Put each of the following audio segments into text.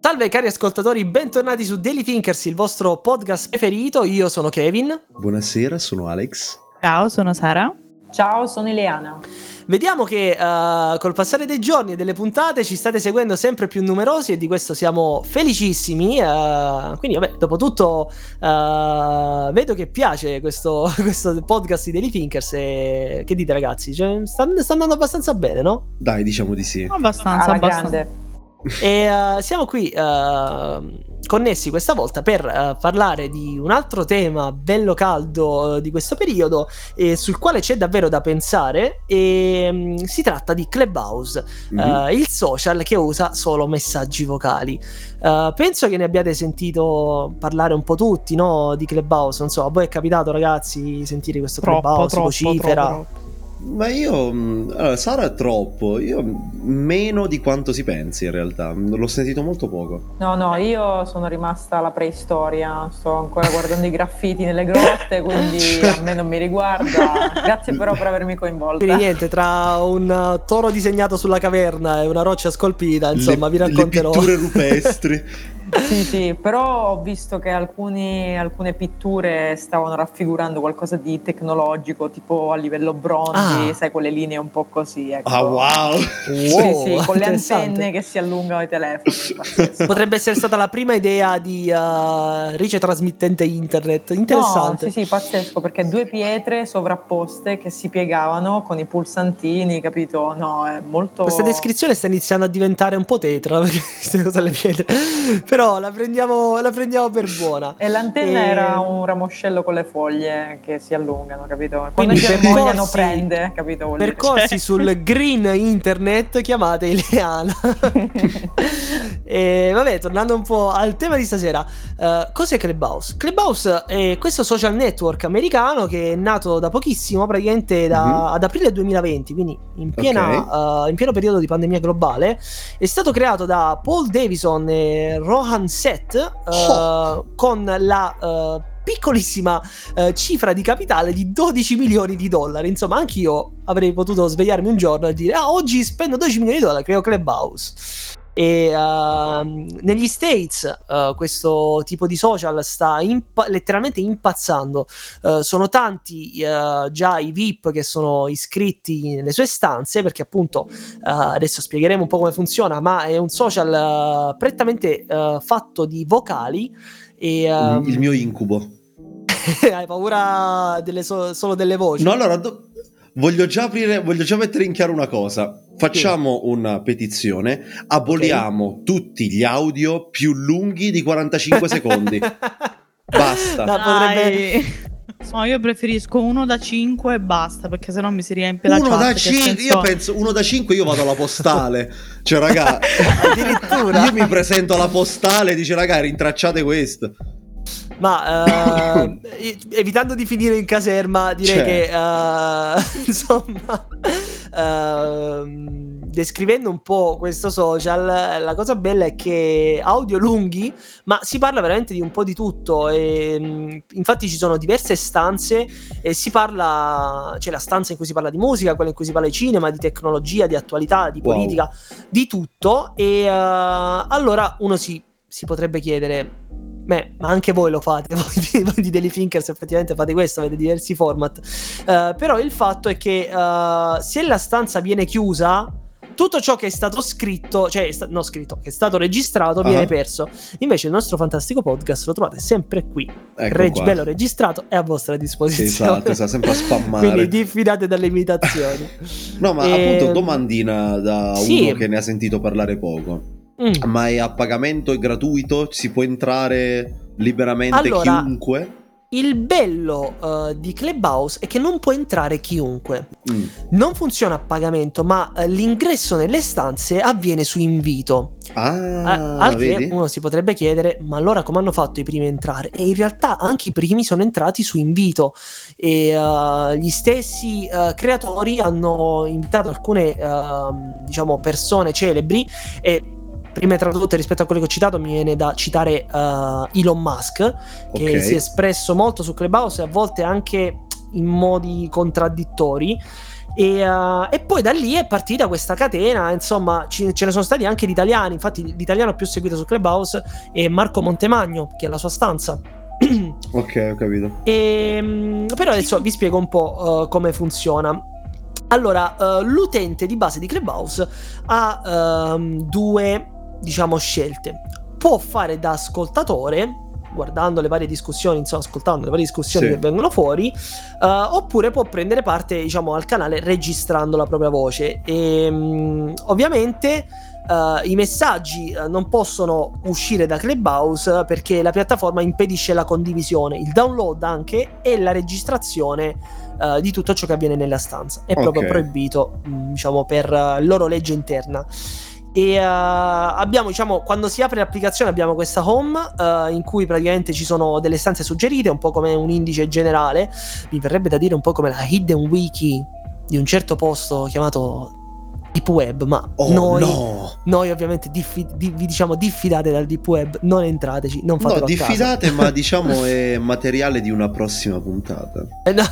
Salve cari ascoltatori, bentornati su Daily Thinkers, il vostro podcast preferito. Io sono Kevin. Buonasera, sono Alex. Ciao, sono Sara. Ciao, sono Ileana. Vediamo che col passare dei giorni e delle puntate ci state seguendo sempre più numerosi e di questo siamo felicissimi. Quindi vabbè, dopo tutto vedo che piace questo podcast di Daily Thinkers. E che dite ragazzi? Cioè, sta andando abbastanza bene, no? Dai, diciamo di sì. Abbastanza. Grande. E siamo qui connessi questa volta per parlare di un altro tema bello caldo di questo periodo, sul quale c'è davvero da pensare, e si tratta di Clubhouse, il social che usa solo messaggi vocali. Penso che ne abbiate sentito parlare un po' tutti, no? Di Clubhouse. Non so, a voi è capitato ragazzi sentire questo Clubhouse, vocifera? Troppo. Ma io, allora, Sara è troppo, io meno di quanto si pensi in realtà, l'ho sentito molto poco. No, io sono rimasta alla preistoria, sto ancora guardando i graffiti nelle grotte, quindi a me non mi riguarda. Grazie però per avermi coinvolta. Quindi niente, tra un toro disegnato sulla caverna e una roccia scolpita, insomma, vi racconterò. Le pitture rupestri. Sì, però ho visto che alcune pitture stavano raffigurando qualcosa di tecnologico, tipo a livello bronzi, sai, quelle linee un po' così, ecco. Ah, wow! Sì, con le antenne che si allungano ai telefoni. Pazzesco. Potrebbe essere stata la prima idea di rice trasmittente internet. Interessante. No, sì, pazzesco, perché due pietre sovrapposte che si piegavano con i pulsantini, capito? No, è molto... Questa descrizione sta iniziando a diventare un po' tetra, perché queste cose alle pietre. Però la prendiamo per buona. E l'antenna era un ramoscello con le foglie che si allungano, capito? Quando Quindi germogliano prende, capito? Percorsi sul green internet, chiamate Ileana. E vabbè, tornando un po' al tema di stasera, cos'è Clubhouse? Clubhouse è questo social network americano che è nato da pochissimo, praticamente ad aprile 2020, quindi in pieno periodo di pandemia globale. È stato creato da Paul Davison e Rohan Seth con la piccolissima cifra di capitale di 12 milioni di dollari. Insomma, anch'io avrei potuto svegliarmi un giorno e dire oggi spendo 12 milioni di dollari, creo Clubhouse. E negli States questo tipo di social sta letteralmente impazzando. Sono tanti già i VIP che sono iscritti nelle sue stanze, perché appunto adesso spiegheremo un po' come funziona, ma è un social prettamente fatto di vocali. E, il mio incubo. Hai paura solo delle voci? No, allora voglio già mettere in chiaro una cosa. Facciamo una petizione, aboliamo tutti gli audio più lunghi di 45 secondi. Basta. No, io preferisco 1 da 5 e basta, perché sennò mi si riempie la chat. 1 da 5, io penso 1 da 5, io vado alla postale. Cioè, raga, addirittura io mi presento alla postale e dice, raga, rintracciate questo. Ma evitando di finire in caserma, direi che insomma, descrivendo un po' questo social, la cosa bella è che audio lunghi, ma si parla veramente di un po' di tutto. E infatti ci sono diverse stanze e si parla, c'è la stanza in cui si parla di musica, quella in cui si parla di cinema, di tecnologia, di attualità, di politica, di tutto. E allora uno si potrebbe chiedere, ma anche voi lo fate, voi di Daily Thinkers effettivamente fate questo, avete diversi format, però il fatto è che se la stanza viene chiusa, tutto ciò che è stato scritto, cioè che è stato registrato, viene perso. Invece il nostro fantastico podcast lo trovate sempre qui, bello registrato e a vostra disposizione. Esatto, sempre a spammare. Quindi diffidate dalle imitazioni. No, ma appunto domandina da uno che ne ha sentito parlare poco. Ma è a pagamento, è gratuito? Si può entrare liberamente chiunque? Il bello di Clubhouse è che non può entrare chiunque. Non funziona a pagamento, ma l'ingresso nelle stanze avviene su invito. Al che uno si potrebbe chiedere, ma allora come hanno fatto i primi a entrare? E in realtà anche i primi sono entrati su invito, e gli stessi creatori hanno invitato alcune diciamo persone celebri. E prima tra tutte, rispetto a quello che ho citato, mi viene da citare Elon Musk, che si è espresso molto su Clubhouse e a volte anche in modi contraddittori. E poi da lì è partita questa catena, insomma ce ne sono stati anche di italiani, infatti l'italiano più seguito su Clubhouse è Marco Montemagno, che è La Sua Stanza. Ok, ho capito. Però adesso vi spiego un po' come funziona. Allora, l'utente di base di Clubhouse ha due, diciamo, scelte. Può fare da ascoltatore, guardando le varie discussioni, insomma, ascoltando le varie discussioni che vengono fuori, oppure può prendere parte, diciamo, al canale registrando la propria voce. E ovviamente i messaggi non possono uscire da Clubhouse perché la piattaforma impedisce la condivisione, il download anche e la registrazione di tutto ciò che avviene nella stanza. È proprio proibito, diciamo, per loro legge interna. E abbiamo, diciamo, quando si apre l'applicazione abbiamo questa home in cui praticamente ci sono delle stanze suggerite, un po' come un indice generale, mi verrebbe da dire un po' come la hidden wiki di un certo posto chiamato Deep Web, ma noi ovviamente vi diciamo diffidate dal Deep Web, non entrateci, non fatelo a caso. Diffidate, ma diciamo è materiale di una prossima puntata.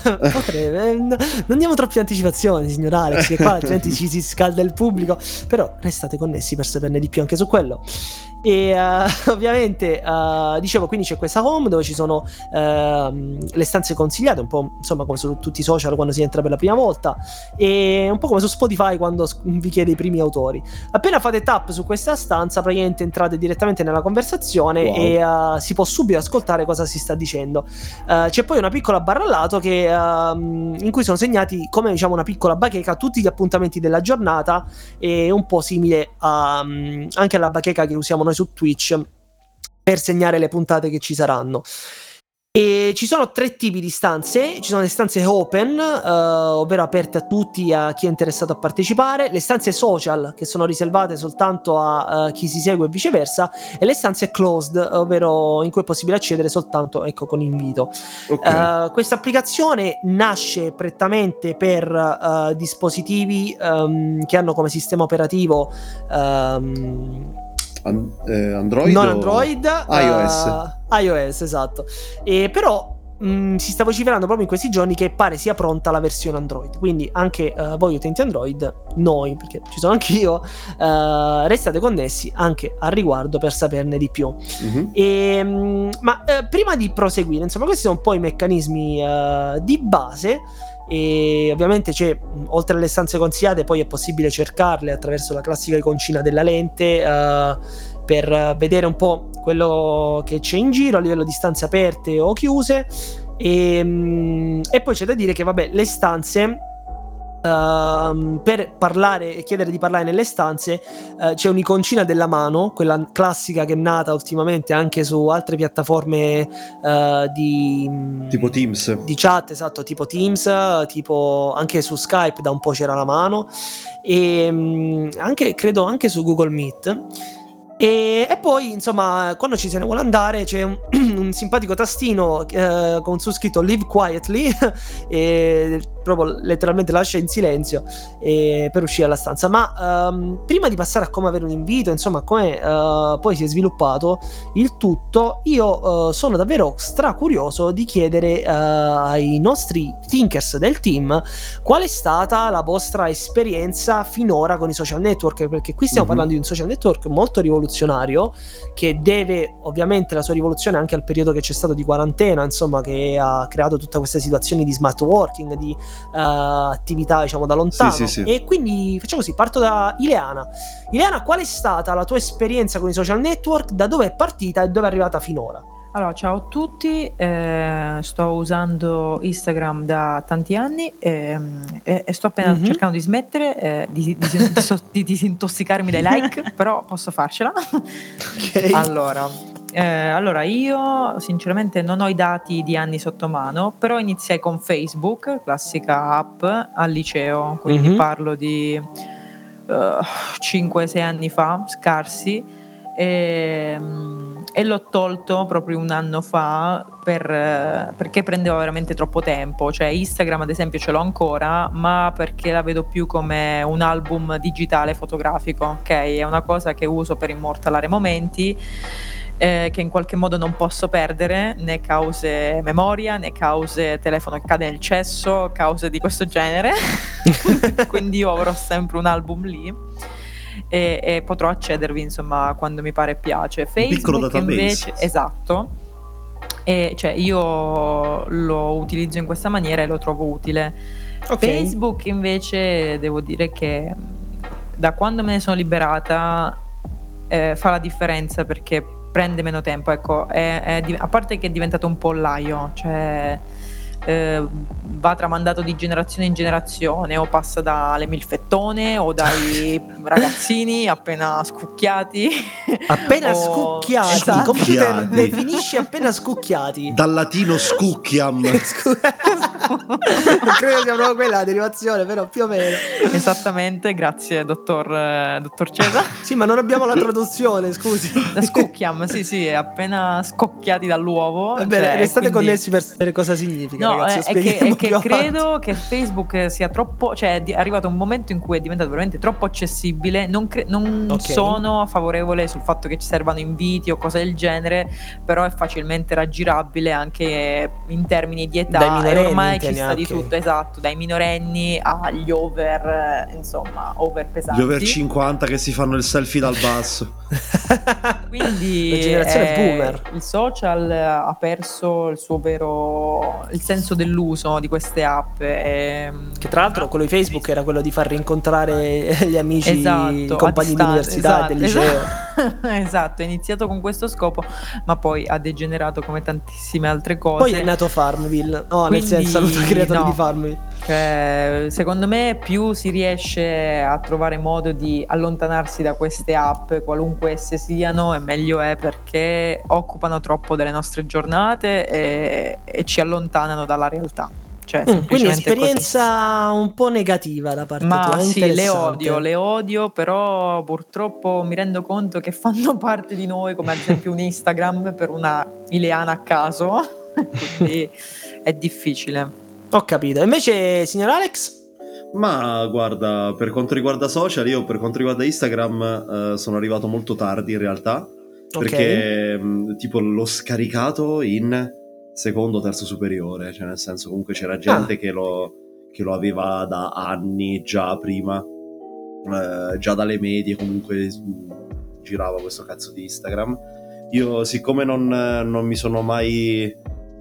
Non diamo troppe anticipazioni, signor Alex, che qua altrimenti ci si scalda il pubblico, però restate connessi per saperne di più anche su quello. E ovviamente dicevo, quindi c'è questa home dove ci sono le stanze consigliate, un po' insomma come su tutti i social quando si entra per la prima volta, e un po' come su Spotify quando vi chiede i primi autori. Appena fate tap su questa stanza praticamente entrate direttamente nella conversazione e si può subito ascoltare cosa si sta dicendo. C'è poi una piccola barra al lato che in cui sono segnati, come diciamo una piccola bacheca, tutti gli appuntamenti della giornata, e un po' simile anche alla bacheca che usiamo noi su Twitch per segnare le puntate che ci saranno. E ci sono 3 tipi di stanze. Ci sono le stanze open, ovvero aperte a tutti, a chi è interessato a partecipare, le stanze social che sono riservate soltanto a chi si segue e viceversa, e le stanze closed, ovvero in cui è possibile accedere soltanto, ecco, con invito. Questa applicazione nasce prettamente per dispositivi che hanno come sistema operativo Android? Non Android, iOS, esatto. E però si sta vociferando proprio in questi giorni che pare sia pronta la versione Android, quindi anche voi utenti Android, noi, perché ci sono anch'io, restate connessi anche al riguardo per saperne di più. Ma prima di proseguire, insomma, questi sono un po' i meccanismi di base. E ovviamente c'è, oltre alle stanze consigliate, poi è possibile cercarle attraverso la classica iconcina della lente per vedere un po' quello che c'è in giro a livello di stanze aperte o chiuse, e poi c'è da dire che vabbè, le stanze per parlare e chiedere di parlare nelle stanze c'è un'iconcina della mano, quella classica che è nata ultimamente anche su altre piattaforme tipo Teams, di chat, esatto, tipo Teams, tipo anche su Skype da un po' c'era la mano, e anche credo anche su Google Meet. E poi, insomma, quando ci se ne vuole andare c'è un simpatico tastino con su scritto Live Quietly e proprio letteralmente lascia in silenzio per uscire dalla stanza. Ma prima di passare a come avere un invito, insomma, come poi si è sviluppato il tutto, io sono davvero stracurioso di chiedere ai nostri thinkers del team qual è stata la vostra esperienza finora con i social network, perché qui stiamo parlando di un social network molto rivoluzionario, che deve ovviamente la sua rivoluzione anche al periodo che c'è stato di quarantena, insomma, che ha creato tutta questa situazione di smart working, di attività, diciamo, da lontano. Sì. E quindi facciamo così, parto da Ileana. Ileana, qual è stata la tua esperienza con i social network, da dove è partita e dove è arrivata finora? Allora, ciao a tutti, sto usando Instagram da tanti anni e sto appena cercando di smettere di disintossicarmi dai like, però posso farcela. Okay. Allora, io sinceramente non ho i dati di anni sotto mano, però iniziai con Facebook, classica app, al liceo, quindi parlo di 5-6 anni fa, scarsi. E l'ho tolto proprio un anno fa perché prendeva veramente troppo tempo. Cioè Instagram ad esempio ce l'ho ancora, ma perché la vedo più come un album digitale fotografico, ok? È una cosa che uso per immortalare momenti che in qualche modo non posso perdere, né cause memoria, né cause telefono che cade nel cesso, cause di questo genere. Quindi io avrò sempre un album lì e potrò accedervi insomma quando mi pare e piace. Facebook invece, esatto, e cioè io lo utilizzo in questa maniera e lo trovo utile. Facebook invece devo dire che da quando me ne sono liberata fa la differenza, perché prende meno tempo, ecco, a parte che è diventato un pollaio, cioè va tramandato di generazione in generazione, o passa dalle milfettone o dai ragazzini appena scucchiati. Scucchiati, esatto. Computer definisce appena scucchiati. Dal latino scucchiam. Non credo sia proprio quella la derivazione, però più o meno. Esattamente, grazie dottor Cesa. Sì, ma non abbiamo la traduzione, scusi. Scucchiam, sì, appena scocchiati dall'uovo. Bene, restate connessi per sapere cosa significa. No, ragazzi, è che credo che Facebook sia troppo, cioè è arrivato un momento in cui è diventato veramente troppo accessibile. Non sono favorevole sul fatto che ci servano inviti o cose del genere, però è facilmente raggirabile anche in termini di età. Dai minorenni, ormai ci sta di tutto, esatto, dai minorenni agli over, insomma, over pesanti. Gli over 50 che si fanno il selfie dal basso. Quindi la generazione boomer. Il social ha perso il suo il senso dell'uso di queste app, che tra l'altro quello di Facebook era quello di far rincontrare gli amici, i compagni di università e del liceo. Esatto, è iniziato con questo scopo, ma poi ha degenerato come tantissime altre cose. Poi è nato Farmville, nel senso hanno creato di Farmville. Secondo me più si riesce a trovare modo di allontanarsi da queste app, qualunque esse siano, e meglio è, perché occupano troppo delle nostre giornate e ci allontanano dalla realtà. Cioè, quindi esperienza un po' negativa da parte tua. Ma sì, le odio, però purtroppo mi rendo conto che fanno parte di noi, come ad esempio un Instagram per una Ileana a caso. Quindi è difficile. Ho capito. Invece, signor Alex? Ma guarda, per quanto riguarda social, io per quanto riguarda Instagram sono arrivato molto tardi in realtà, perché tipo l'ho scaricato in secondo o terzo superiore, cioè nel senso comunque c'era gente che lo aveva da anni già prima, già dalle medie comunque girava questo cazzo di Instagram. Io siccome non mi sono mai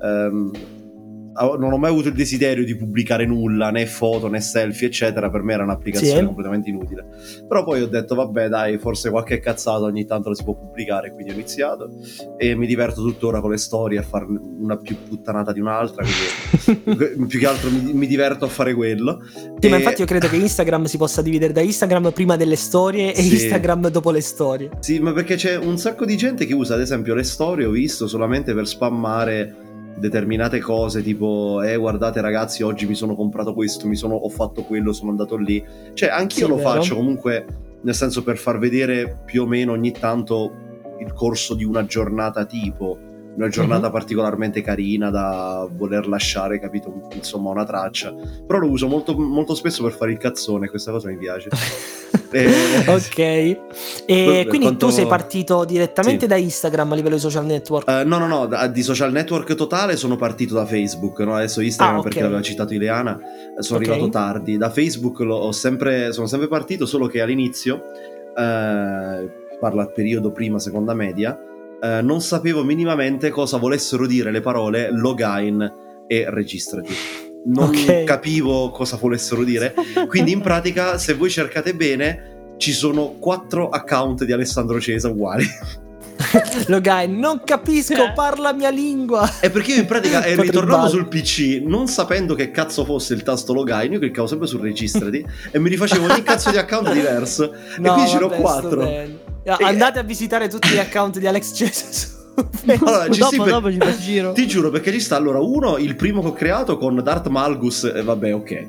non ho mai avuto il desiderio di pubblicare nulla, né foto né selfie eccetera, per me era un'applicazione completamente inutile, però poi ho detto vabbè dai, forse qualche cazzata ogni tanto la si può pubblicare, quindi ho iniziato e mi diverto tuttora con le storie a fare una più puttanata di un'altra, quindi più che altro mi diverto a fare quello. Sì, ma infatti io credo che Instagram si possa dividere da Instagram prima delle storie e Instagram dopo le storie. Sì, ma perché c'è un sacco di gente che usa ad esempio le storie, ho visto, solamente per spammare determinate cose, tipo guardate ragazzi, oggi mi sono comprato questo, ho fatto quello, sono andato lì, cioè anch'io lo faccio comunque, nel senso, per far vedere più o meno ogni tanto il corso di una giornata, tipo una giornata particolarmente carina da voler lasciare, capito, insomma, una traccia, però lo uso molto, molto spesso per fare il cazzone, questa cosa mi piace. Ok, e quindi tu sei partito direttamente da Instagram a livello di social network? No, di social network totale sono partito da Facebook, no? Adesso Instagram perché l'aveva citato Ileana, sono arrivato tardi. Da Facebook sono sempre partito, solo che all'inizio, parla periodo prima seconda media, non sapevo minimamente cosa volessero dire le parole login e registrati. Non capivo cosa volessero dire, quindi in pratica, se voi cercate bene, ci sono 4 account di Alessandro Cesa uguali. Login, non capisco, parla mia lingua. È perché io in pratica ritornavo sul PC non sapendo che cazzo fosse il tasto login, io cliccavo sempre su registrati e mi rifacevo ogni cazzo di account diverso. E qui ce n'ho 4. Andate a visitare tutti gli account di Alex Cesa. Allora, dopo ci fa il giro. Ti giuro, perché ci sta allora uno, il primo che ho creato con Darth Malgus, e vabbè, ok.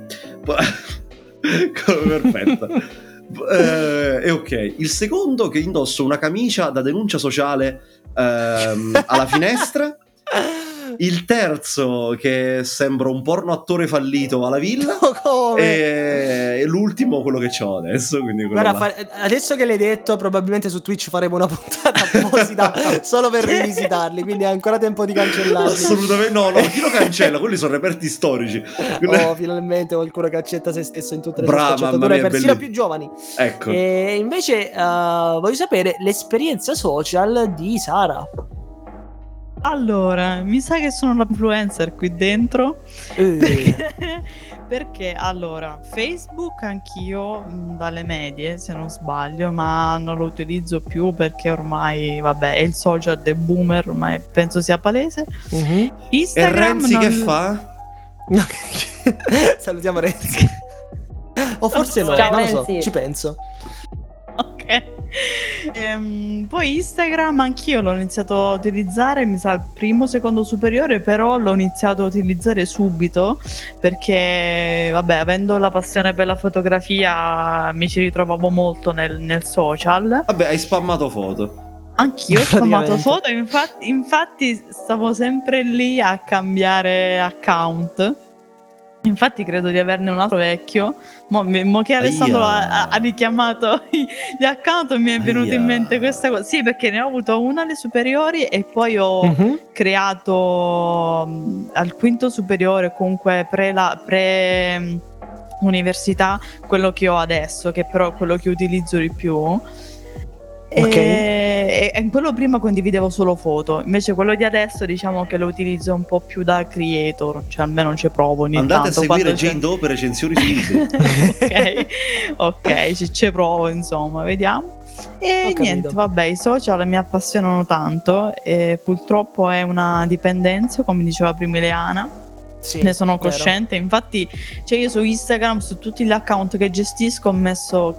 Perfetto. E ok, il secondo che indosso una camicia da denuncia sociale alla finestra. il terzo che sembra un porno attore fallito alla villa, Come? e l'ultimo quello che c'ho adesso, quindi quello Guarda, là. adesso che l'hai detto, probabilmente su Twitch faremo una puntata apposita solo per rivisitarli, quindi hai ancora tempo di cancellarli. Assolutamente no, chi lo cancella? Quelli sono reperti storici. Oh, finalmente qualcuno che accetta se stesso in tutte le sue Brava, mamma sfaccettature, mia, persino bellissimo. più giovani. Ecco. E invece voglio sapere l'esperienza social di Sara. Allora, mi sa che sono l'influencer qui dentro. Perché allora, Facebook anch'io dalle medie, se non sbaglio, ma non lo utilizzo più perché ormai, vabbè, è il social del boomer, ormai penso sia palese. Mhm. E Instagram Renzi non- che fa? Salutiamo Renzi. O forse no, Ciao, non lo so, Renzi. ci penso. Ok. Poi Instagram anch'io l'ho iniziato a utilizzare, mi sa, al primo, secondo superiore, però l'ho iniziato a utilizzare subito perché, vabbè, avendo la passione per la fotografia mi ci ritrovavo molto nel social. Vabbè, hai spammato foto. Anch'io ho spammato Praticamente. foto, infatti stavo sempre lì a cambiare account. Infatti credo di averne un altro vecchio. Mo che Alessandro ha richiamato gli account, mi è venuto in mente questa cosa. Sì, perché ne ho avuto una alle superiori e poi ho Mhm. creato al quinto superiore, comunque pre università, quello che ho adesso, che però è quello che utilizzo di più. Ok. E quello prima condividevo solo foto, invece quello di adesso diciamo che lo utilizzo un po' più da creator, cioè almeno ci provo ogni Andate tanto. a seguire quando c'è- Jane Doe per recensioni su libri. ok, ci provo, insomma, vediamo. E Ho capito. niente, vabbè, i social mi appassionano tanto e purtroppo è una dipendenza, come diceva prima Ileana. Sì, Ne sono vero. cosciente, infatti, cioè io su Instagram, su tutti gli account che gestisco, ho messo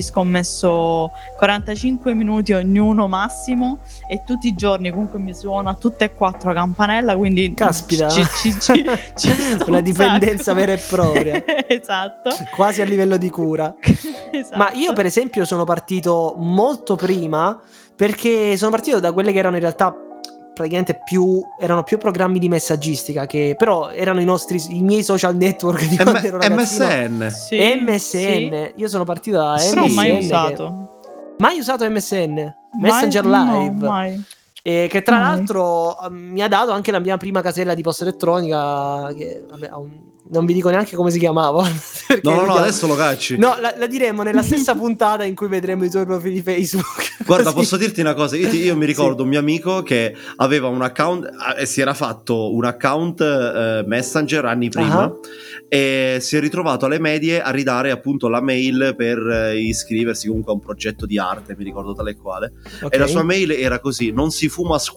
45 minuti ognuno massimo, e tutti i giorni comunque mi suona tutte e quattro a campanella, quindi Caspita. ci sto Una un dipendenza sacco. vera e propria. Esatto. Quasi a livello di cura. Esatto. Ma io per esempio sono partito molto prima, perché sono partito da quelle che erano in realtà praticamente erano più programmi di messaggistica, che però erano i miei social network di quando ero ragazzino. MSN. Sì, MSN. sì. Io sono partito da Però MSN. mai che- usato. Mai usato MSN? Messenger Mai? Live. No, mai. Che tra Mai. l'altro mi ha dato anche la mia prima casella di posta elettronica, che vabbè, non vi dico neanche come si chiamava. perché No, vediamo- adesso lo cacci. No, la diremo nella stessa puntata in cui vedremo i tuoi profili Facebook. Guarda, Così. posso dirti una cosa? Io mi ricordo Sì. un mio amico che aveva un account, si era fatto un account Messenger anni prima, Ah. e si è ritrovato alle medie a ridare appunto la mail per iscriversi comunque a un progetto di arte, mi ricordo tale e quale. Ok. E la sua mail era così: non si fuma a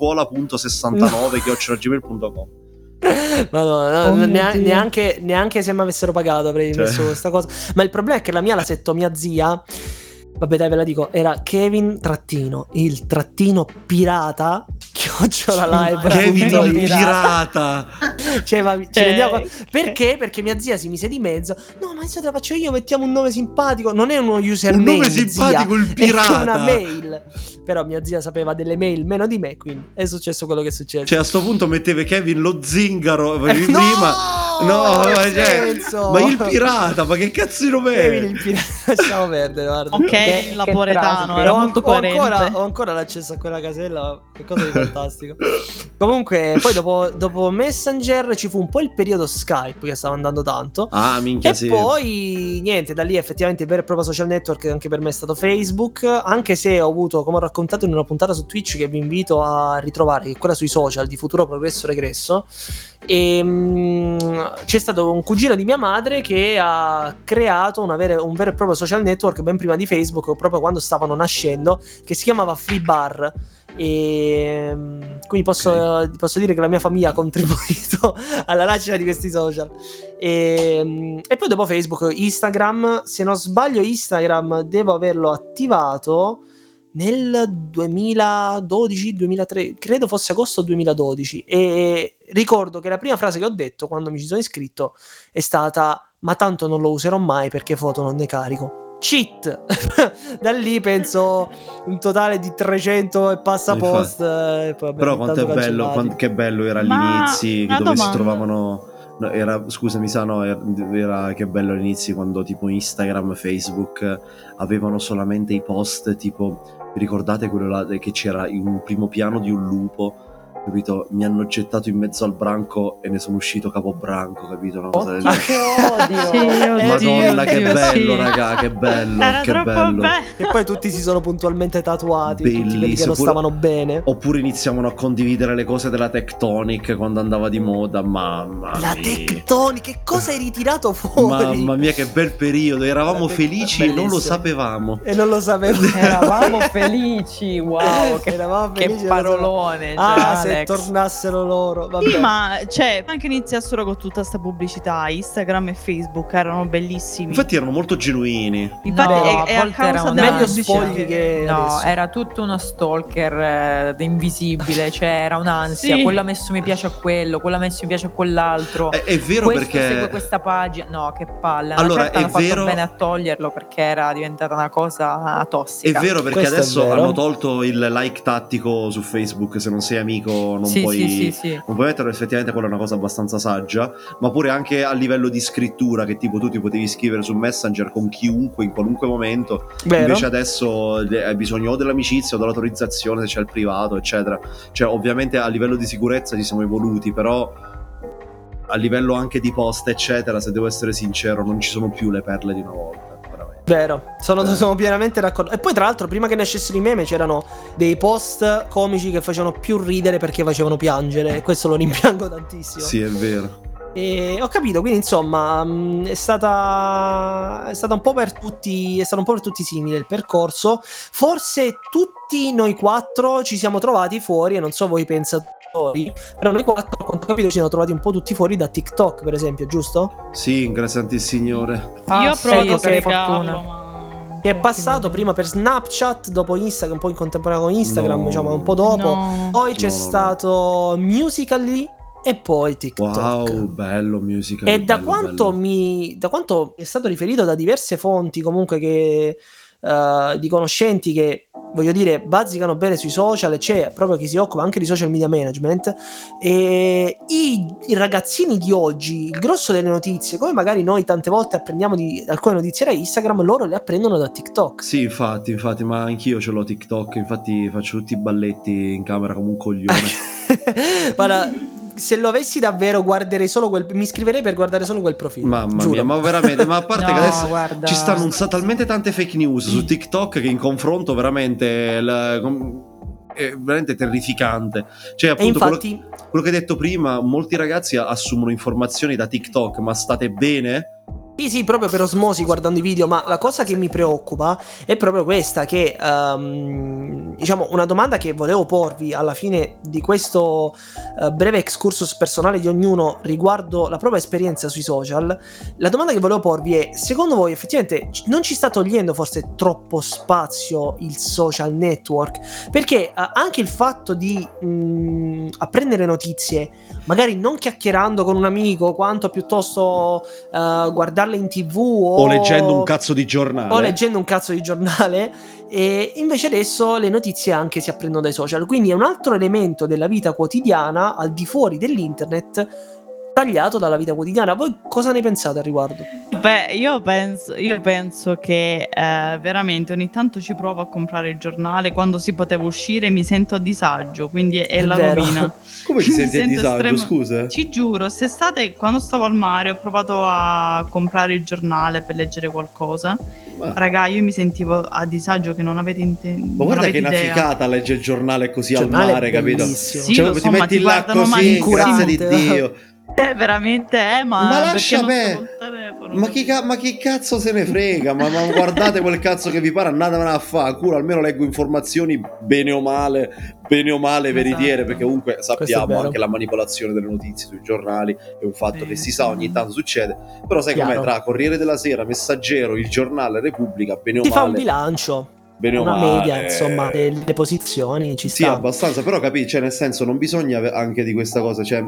scuola.69@gmail.com. Madonna, Oh mio Dio. neanche se mi avessero pagato avrei Cioè. messo questa cosa. Ma il problema è che la mia la setto mia zia. Vabbè, dai, ve la dico. Era Kevin il trattino pirata @live. Kevin punto il it. pirata. Cioè, ci Cioè, rendiamo conto? Perché? Perché mia zia si mise di mezzo. No, ma adesso te la faccio io, mettiamo un nome simpatico. Non è uno username. Un nome simpatico, il zia, pirata. È una mail. Però mia zia sapeva delle mail meno di me, quindi è successo quello che è successo. Cioè, a sto punto metteva Kevin lo zingaro prima. No, ma, che senso? ma il pirata, ma che cazzo di nome Kevin è? il pirata. Lasciamo perdere, guarda. Ok, Che napoletano, frase. era Ho molto coerente. ho ancora l'accesso a quella casella, che cosa di fantastico. Comunque, poi dopo Messenger ci fu un po' il periodo Skype che stava andando tanto. Ah, minchia, E sì. poi niente, da lì effettivamente il vero e proprio social network anche per me è stato Facebook, anche se ho avuto, come ho raccontato in una puntata su Twitch che vi invito a ritrovare, che è quella sui social di Futuro Progresso Regresso, e c'è stato un cugino di mia madre che ha creato un vero e proprio social network ben prima di Facebook, proprio quando stavano nascendo, che si chiamava Free Bar. E quindi posso dire che la mia famiglia ha contribuito alla nascita di questi social. E poi dopo Facebook, Instagram, se non sbaglio Instagram devo averlo attivato nel 2012-2013, credo fosse agosto 2012, e ricordo che la prima frase che ho detto quando mi ci sono iscritto è stata: ma tanto non lo userò mai perché foto non ne carico. cheat. Da lì penso un totale di 300 e passa post. E poi, però quanto è bello, che bello era all'inizi, dove si trovavano. No, scusami, era che bello all'inizio quando tipo Instagram, Facebook avevano solamente i post tipo, vi ricordate quello là che c'era in un primo piano di un lupo, capito? Mi hanno gettato in mezzo al branco e ne sono uscito capobranco, capito? Una cosa del Che odio! Madonna, che bello, raga, che bello, era che troppo bello. E poi tutti si sono puntualmente tatuati, tutti quelli che non stavano bene. Oppure iniziavano a condividere le cose della Tectonic quando andava di moda, mamma mia. La Tectonic, che cosa hai ritirato fuori? Mamma mia, che bel periodo, eravamo felici e non lo sapevamo. E non lo sapevamo. Eravamo felici, wow, che parolone. Se tornassero loro, vabbè. Sì, ma cioè anche iniziassero con tutta sta pubblicità, Instagram e Facebook erano bellissimi. Infatti erano molto genuini. Infatti è a causa della meglio spogli che no, adesso. era tutto uno stalker invisibile, cioè era un'ansia, Sì. quello ha messo mi piace a quello ha messo mi piace a quell'altro. È vero, questo perché segue questa pagina, no, che palle. Allora, certa hanno è vero... fatto bene a toglierlo perché era diventata una cosa tossica. È vero, perché Questo adesso hanno tolto il like tattico su Facebook, se non sei amico non puoi metterlo. Effettivamente quella è una cosa abbastanza saggia, ma pure anche a livello di scrittura, che tipo tu ti potevi scrivere su Messenger con chiunque in qualunque momento. Vero? Invece adesso hai bisogno o dell'amicizia o dell'autorizzazione se c'è il privato, eccetera. Cioè ovviamente a livello di sicurezza ci siamo evoluti, però a livello anche di post eccetera, se devo essere sincero, non ci sono più le perle di una volta. Vero, sono pienamente d'accordo. E poi tra l'altro prima che nascessero i meme c'erano dei post comici che facevano più ridere perché facevano piangere, e questo lo rimpiango tantissimo. Sì, è vero. E ho capito, quindi insomma è stata un po' per tutti, è stato un po' per tutti simile il percorso. Forse tutti noi quattro ci siamo trovati fuori, e non so voi pensatori, però noi quattro, a quanto ho capito, ci siamo trovati un po' tutti fuori da TikTok, per esempio, giusto? Sì, grazie al Signore. Io ho provato a per scaricarlo, fortuna. ma Che è passato prima per Snapchat, dopo Instagram, un po' in contemporanea con Instagram, No. diciamo un po' dopo. no. Poi c'è No. stato Musical.ly e poi TikTok. Wow, bello Musical. E da bello, quanto bello. da quanto è stato riferito da diverse fonti, comunque che di conoscenti che, voglio dire, bazzicano bene sui social, c'è proprio chi si occupa anche di social media management, e i ragazzini di oggi, il grosso delle notizie, come magari noi tante volte apprendiamo di alcune notizie da Instagram, loro le apprendono da TikTok. Sì, infatti, ma anch'io ce l'ho TikTok, infatti faccio tutti i balletti in camera come un coglione. Guarda, se lo avessi davvero guarderei solo mi iscriverei per guardare solo quel profilo. Mamma giuro. mia, ma veramente, ma a parte No, che adesso guarda. ci stanno talmente tante fake news su TikTok che in confronto veramente è veramente terrificante. Cioè, E appunto, infatti quello che hai detto prima, molti ragazzi assumono informazioni da TikTok, ma state bene? sì, proprio per osmosi guardando i video, ma la cosa che mi preoccupa è proprio questa, che diciamo una domanda che volevo porvi alla fine di questo breve excursus personale di ognuno riguardo la propria esperienza sui social. La domanda che volevo porvi è: secondo voi effettivamente non ci sta togliendo forse troppo spazio il social network? Perché anche il fatto di apprendere notizie, magari non chiacchierando con un amico, quanto piuttosto guardarle in TV O leggendo un cazzo di giornale. E invece adesso le notizie anche si apprendono dai social, quindi è un altro elemento della vita quotidiana al di fuori dell'internet, tagliato dalla vita quotidiana. Voi cosa ne pensate al riguardo? Beh, io penso che veramente ogni tanto ci provo a comprare il giornale quando si poteva uscire, mi sento a disagio, quindi è la vero. rovina. Come ti Mi senti a sento disagio, scusa? Ci giuro, quest'estate quando stavo al mare ho provato a comprare il giornale per leggere qualcosa. Raga, io mi sentivo a disagio che non avete Ma guarda che è una figata legge il giornale così al mare, capito? Sì, Cioè, lo ti so, ma metti ti là guardano così, male. grazie di Dio. Veramente ma lascia perché me. non sto col telefono? Ma chi cazzo se ne frega? Ma guardate quel cazzo che vi pare, andatevene a fa' culo, almeno leggo informazioni bene o male veritiere, Esatto. perché comunque Questo è sappiamo vero. anche la manipolazione delle notizie sui giornali è un fatto che si sa, ogni tanto succede, però sai Chiaro. com'è, tra Corriere della Sera, Messaggero, Il Giornale, Repubblica, bene o Ti fa un male, bilancio, bene o una male, media, insomma, delle posizioni, ci sì, sta. abbastanza, però capisci, cioè nel senso non bisogna anche di questa cosa, cioè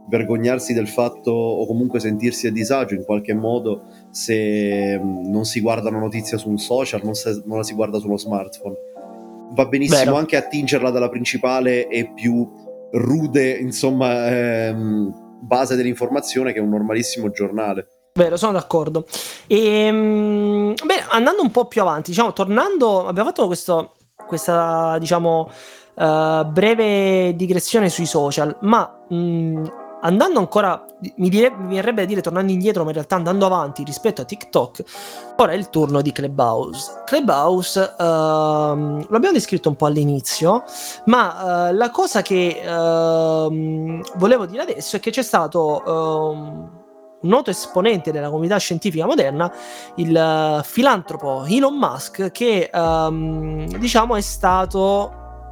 vergognarsi del fatto o comunque sentirsi a disagio in qualche modo se non si guarda una notizia su un social, non la si guarda sullo smartphone. Va benissimo Vero. anche attingerla dalla principale e più rude, insomma, base dell'informazione, che è un normalissimo giornale. Vero, sono d'accordo. Beh, andando un po' più avanti, diciamo, tornando, abbiamo fatto questa, diciamo, breve digressione sui social, ma andando ancora, mi verrebbe da dire tornando indietro, ma in realtà andando avanti rispetto a TikTok, ora è il turno di Clubhouse. Clubhouse lo abbiamo descritto un po' all'inizio, ma la cosa che volevo dire adesso è che c'è stato un noto esponente della comunità scientifica moderna, il filantropo Elon Musk, che diciamo è stato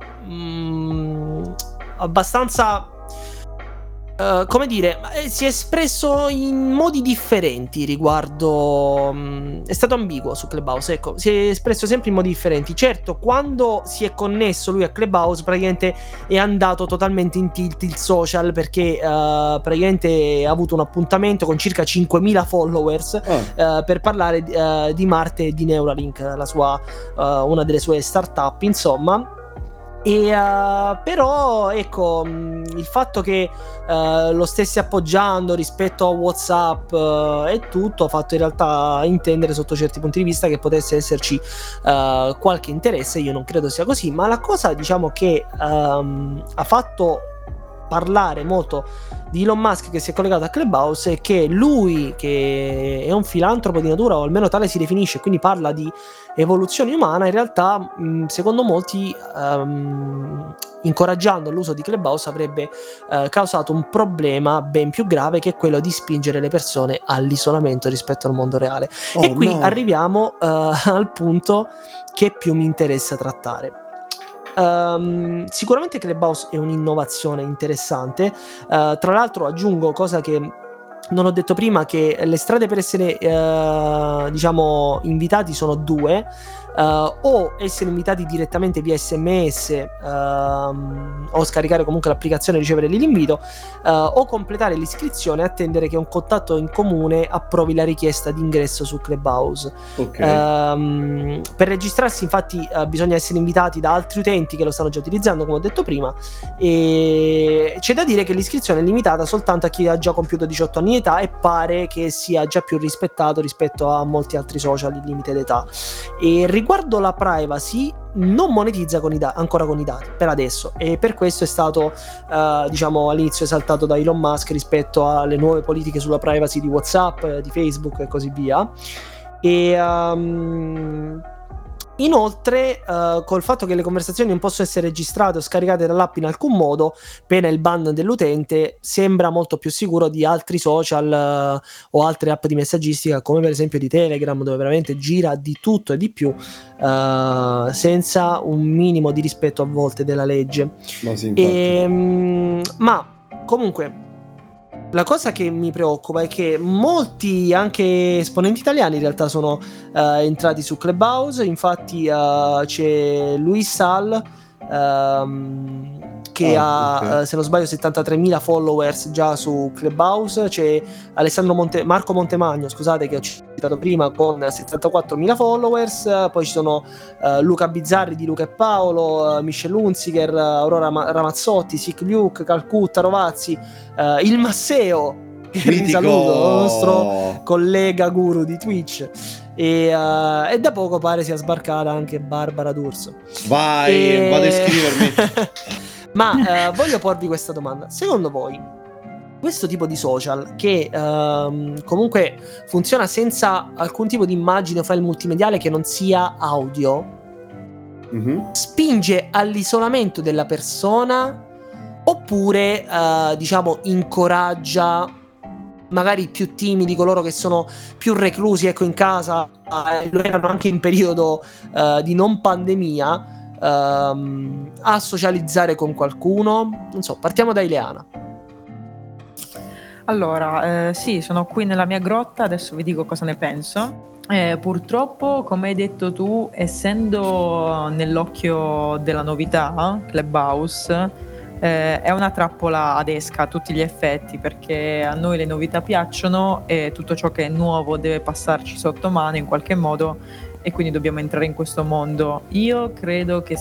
abbastanza come dire, si è espresso in modi differenti riguardo, è stato ambiguo su Clubhouse, ecco, si è espresso sempre in modi differenti. Certo, quando si è connesso lui a Clubhouse praticamente è andato totalmente in tilt il social, perché praticamente ha avuto un appuntamento con circa 5.000 followers per parlare di Marte e di Neuralink, la sua, una delle sue startup, insomma. E però ecco, il fatto che lo stessi appoggiando rispetto a WhatsApp e tutto ha fatto in realtà intendere sotto certi punti di vista che potesse esserci qualche interesse. Io non credo sia così, ma la cosa, diciamo, che ha fatto parlare molto di Elon Musk, che si è collegato a Clubhouse, è che lui, che è un filantropo di natura, o almeno tale si definisce, quindi parla di evoluzione umana, in realtà secondo molti incoraggiando l'uso di Clubhouse avrebbe causato un problema ben più grave, che è quello di spingere le persone all'isolamento rispetto al mondo reale. E qui arriviamo al punto che più mi interessa trattare. Sicuramente Clubhouse è un'innovazione interessante. Tra l'altro aggiungo, cosa che non ho detto prima, che le strade per essere diciamo invitati sono due: o essere invitati direttamente via SMS, o scaricare comunque l'applicazione e ricevere lì l'invito, o completare l'iscrizione e attendere che un contatto in comune approvi la richiesta di ingresso su Clubhouse. Per registrarsi infatti bisogna essere invitati da altri utenti che lo stanno già utilizzando, come ho detto prima, e c'è da dire che l'iscrizione è limitata soltanto a chi ha già compiuto 18 anni di età, e pare che sia già più rispettato rispetto a molti altri social il limite d'età. E riguardo la privacy, non monetizza ancora con i dati per adesso, e per questo è stato diciamo all'inizio esaltato da Elon Musk rispetto alle nuove politiche sulla privacy di WhatsApp, di Facebook e così via. E inoltre col fatto che le conversazioni non possono essere registrate o scaricate dall'app in alcun modo, pena il ban dell'utente, sembra molto più sicuro di altri social o altre app di messaggistica, come per esempio di Telegram, dove veramente gira di tutto e di più senza un minimo di rispetto a volte della legge. Ma comunque la cosa che mi preoccupa è che molti anche esponenti italiani in realtà sono entrati su Clubhouse. Infatti c'è Luis Sal che ha se non sbaglio 73.000 followers già su Clubhouse. C'è Marco Montemagno, scusate, che ho citato prima, con 74.000 followers. Poi ci sono Luca Bizzarri di Luca e Paolo, Michelle Hunziker, Aurora Ramazzotti, Sic Luke, Calcutta, Rovazzi, il Masseo, che vi saluto, il nostro collega guru di Twitch, e da poco pare sia sbarcata anche Barbara D'Urso. Vado a iscrivermi. Ma voglio porvi questa domanda: secondo voi questo tipo di social, che comunque funziona senza alcun tipo di immagine o file multimediale che non sia audio, spinge all'isolamento della persona, oppure diciamo incoraggia magari più timidi, coloro che sono più reclusi, ecco, in casa, lo erano anche in periodo di non pandemia, a socializzare con qualcuno? Non so, partiamo da Ileana. Allora, sì, sono qui nella mia grotta, adesso vi dico cosa ne penso. Purtroppo, come hai detto tu, essendo nell'occhio della novità, Clubhouse, è una trappola ad esca a tutti gli effetti, perché a noi le novità piacciono e tutto ciò che è nuovo deve passarci sotto mano in qualche modo, e quindi dobbiamo entrare in questo mondo. Io credo che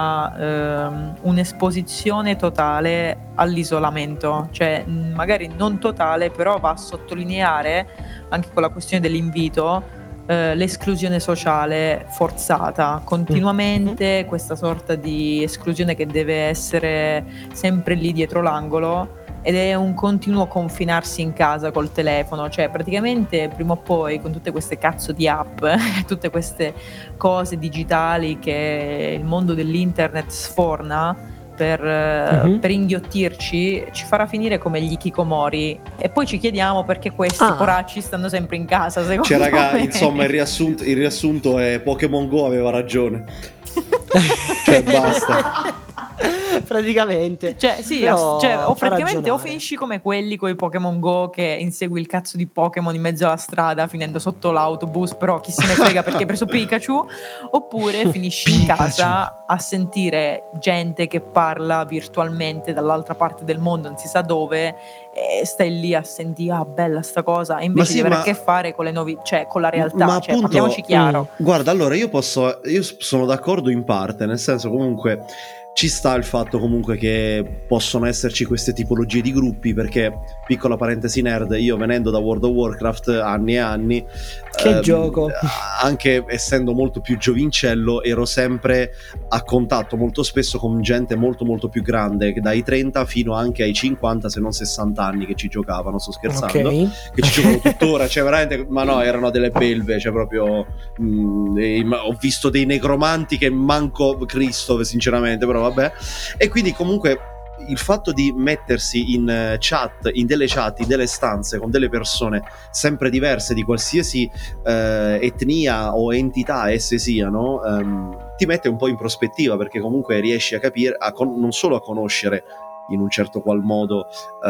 sia un'esposizione totale all'isolamento, cioè magari non totale, però va a sottolineare anche con la questione dell'invito l'esclusione sociale forzata, continuamente questa sorta di esclusione che deve essere sempre lì dietro l'angolo, ed è un continuo confinarsi in casa col telefono, cioè praticamente prima o poi con tutte queste cazzo di app, tutte queste cose digitali che il mondo dell'internet sforna per inghiottirci, ci farà finire come gli hikikomori, e poi ci chiediamo perché questi poracci stanno sempre in casa, secondo Cioè raga, me. insomma il riassunto è Pokémon Go aveva ragione. Cioè basta. Praticamente. Cioè sì, Però o fa praticamente o ragionare. finisci come quelli con i Pokémon Go che insegui il cazzo di Pokémon in mezzo alla strada finendo sotto l'autobus, però chi se ne frega perché hai preso Pikachu, oppure finisci in casa a sentire gente che parla virtualmente dall'altra parte del mondo, non si sa dove, e stai lì a sentire bella sta cosa, e invece sì, di avere ma- a che fare con le cioè con la realtà, Ma cioè appunto, parliamoci chiaro. Guarda, allora io sono d'accordo in parte, nel senso comunque ci sta il fatto comunque che possono esserci queste tipologie di gruppi, perché, piccola parentesi nerd, io venendo da World of Warcraft anni e anni, Che gioco. anche essendo molto più giovincello, ero sempre a contatto molto spesso con gente molto molto più grande, dai 30 fino anche ai 50 se non 60 anni, che ci giocavano, sto scherzando, Ok. che ci giocano tuttora, cioè veramente, ma no, erano delle belve, cioè proprio ho visto dei necromanti che manco Cristo sinceramente, però vabbè. E quindi comunque il fatto di mettersi in chat, in delle chat, in delle stanze con delle persone sempre diverse di qualsiasi etnia o entità esse siano, ti mette un po' in prospettiva, perché comunque riesci a capire, non solo a conoscere in un certo qual modo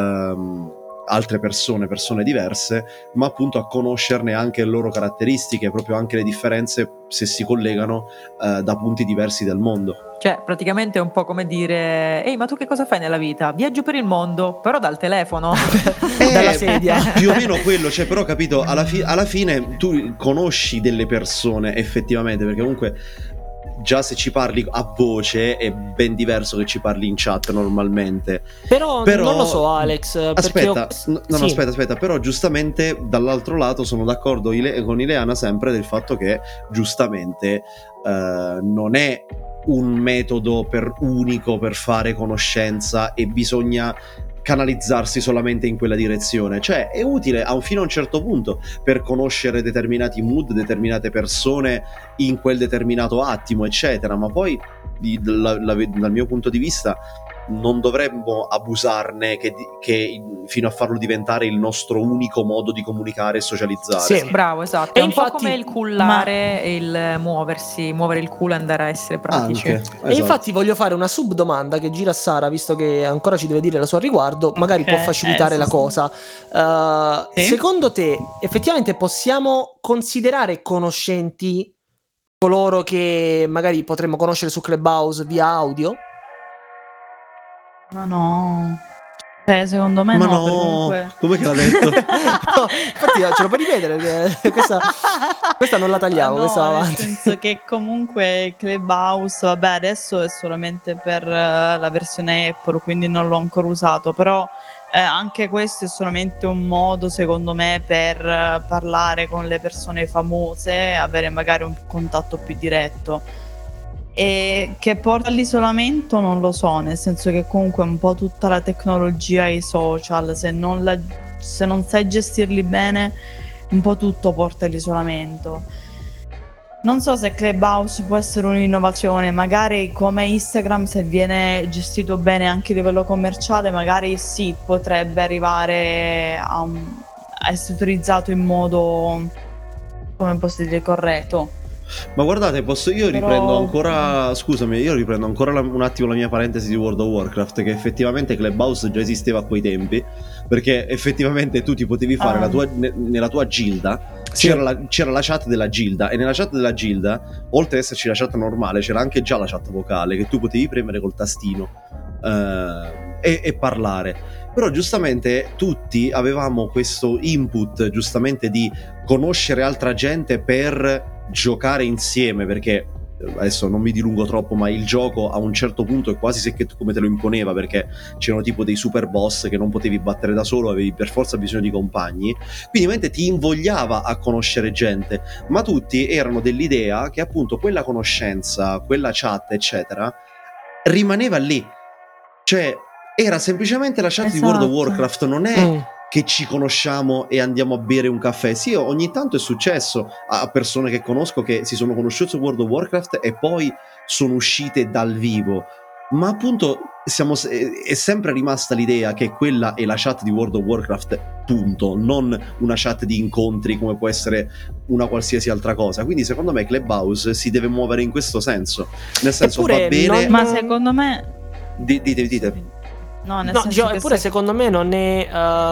altre persone diverse, ma appunto a conoscerne anche le loro caratteristiche, proprio anche le differenze se si collegano da punti diversi del mondo. Cioè, praticamente è un po' come dire: ehi, ma tu che cosa fai nella vita? Viaggio per il mondo, però dal telefono. Dalla sedia. Più o meno quello, cioè, però capito, alla fine tu conosci delle persone effettivamente, perché comunque già se ci parli a voce è ben diverso che ci parli in chat normalmente. Però non lo so, Alex. Aspetta, sì. aspetta, però giustamente dall'altro lato sono d'accordo con Ileana sempre del fatto che giustamente non è un metodo unico per fare conoscenza e bisogna canalizzarsi solamente in quella direzione, cioè è utile fino a un certo punto per conoscere determinati mood, determinate persone in quel determinato attimo, eccetera, ma poi dal mio punto di vista non dovremmo abusarne che fino a farlo diventare il nostro unico modo di comunicare e socializzare. Sì. Bravo, esatto. E È un po' infatti- come il cullare e il muovere il culo e andare a essere pratici. Anche, E esatto. infatti voglio fare una subdomanda che gira a Sara, visto che ancora ci deve dire la sua al riguardo, magari può facilitare la cosa. Sì. Secondo te effettivamente possiamo considerare conoscenti coloro che magari potremmo conoscere su Clubhouse via audio? Ma no. Secondo me Ma no, no, perché comunque... come che l'ha detto? No, infatti ce lo puoi ripetere perché questa non la tagliamo, No, questa va nel avanti. senso che comunque Clubhouse, vabbè, adesso è solamente per la versione Apple, quindi non l'ho ancora usato, però anche questo è solamente un modo, secondo me, per parlare con le persone famose, avere magari un contatto più diretto. E che porta all'isolamento non lo so, nel senso che comunque un po' tutta la tecnologia e i social, se non sai gestirli bene, un po' tutto porta all'isolamento. Non so se Clubhouse può essere un'innovazione, magari come Instagram, se viene gestito bene anche a livello commerciale, magari sì, potrebbe arrivare a essere utilizzato in modo, come posso dire, corretto. Ma guardate, io riprendo ancora un attimo la mia parentesi di World of Warcraft, che effettivamente Clubhouse già esisteva a quei tempi, perché effettivamente tu ti potevi fare nella tua gilda, Sì. c'era la chat della gilda, e nella chat della gilda, oltre ad esserci la chat normale, c'era anche già la chat vocale che tu potevi premere col tastino. e parlare. Però giustamente tutti avevamo questo input giustamente di conoscere altra gente per giocare insieme, perché adesso non mi dilungo troppo, ma il gioco a un certo punto è quasi come te lo imponeva, perché c'erano tipo dei super boss che non potevi battere da solo, avevi per forza bisogno di compagni, quindi ovviamente ti invogliava a conoscere gente, ma tutti erano dell'idea che appunto quella conoscenza, quella chat eccetera rimaneva lì, cioè era semplicemente la chat di World of Warcraft, non è che ci conosciamo e andiamo a bere un caffè. Sì, ogni tanto è successo a persone che conosco che si sono conosciute su World of Warcraft e poi sono uscite dal vivo, ma appunto è sempre rimasta l'idea che quella è la chat di World of Warcraft, punto, non una chat di incontri come può essere una qualsiasi altra cosa. Quindi secondo me Clubhouse si deve muovere in questo senso, nel senso va bene, ma secondo me dite. No, eppure secondo me non è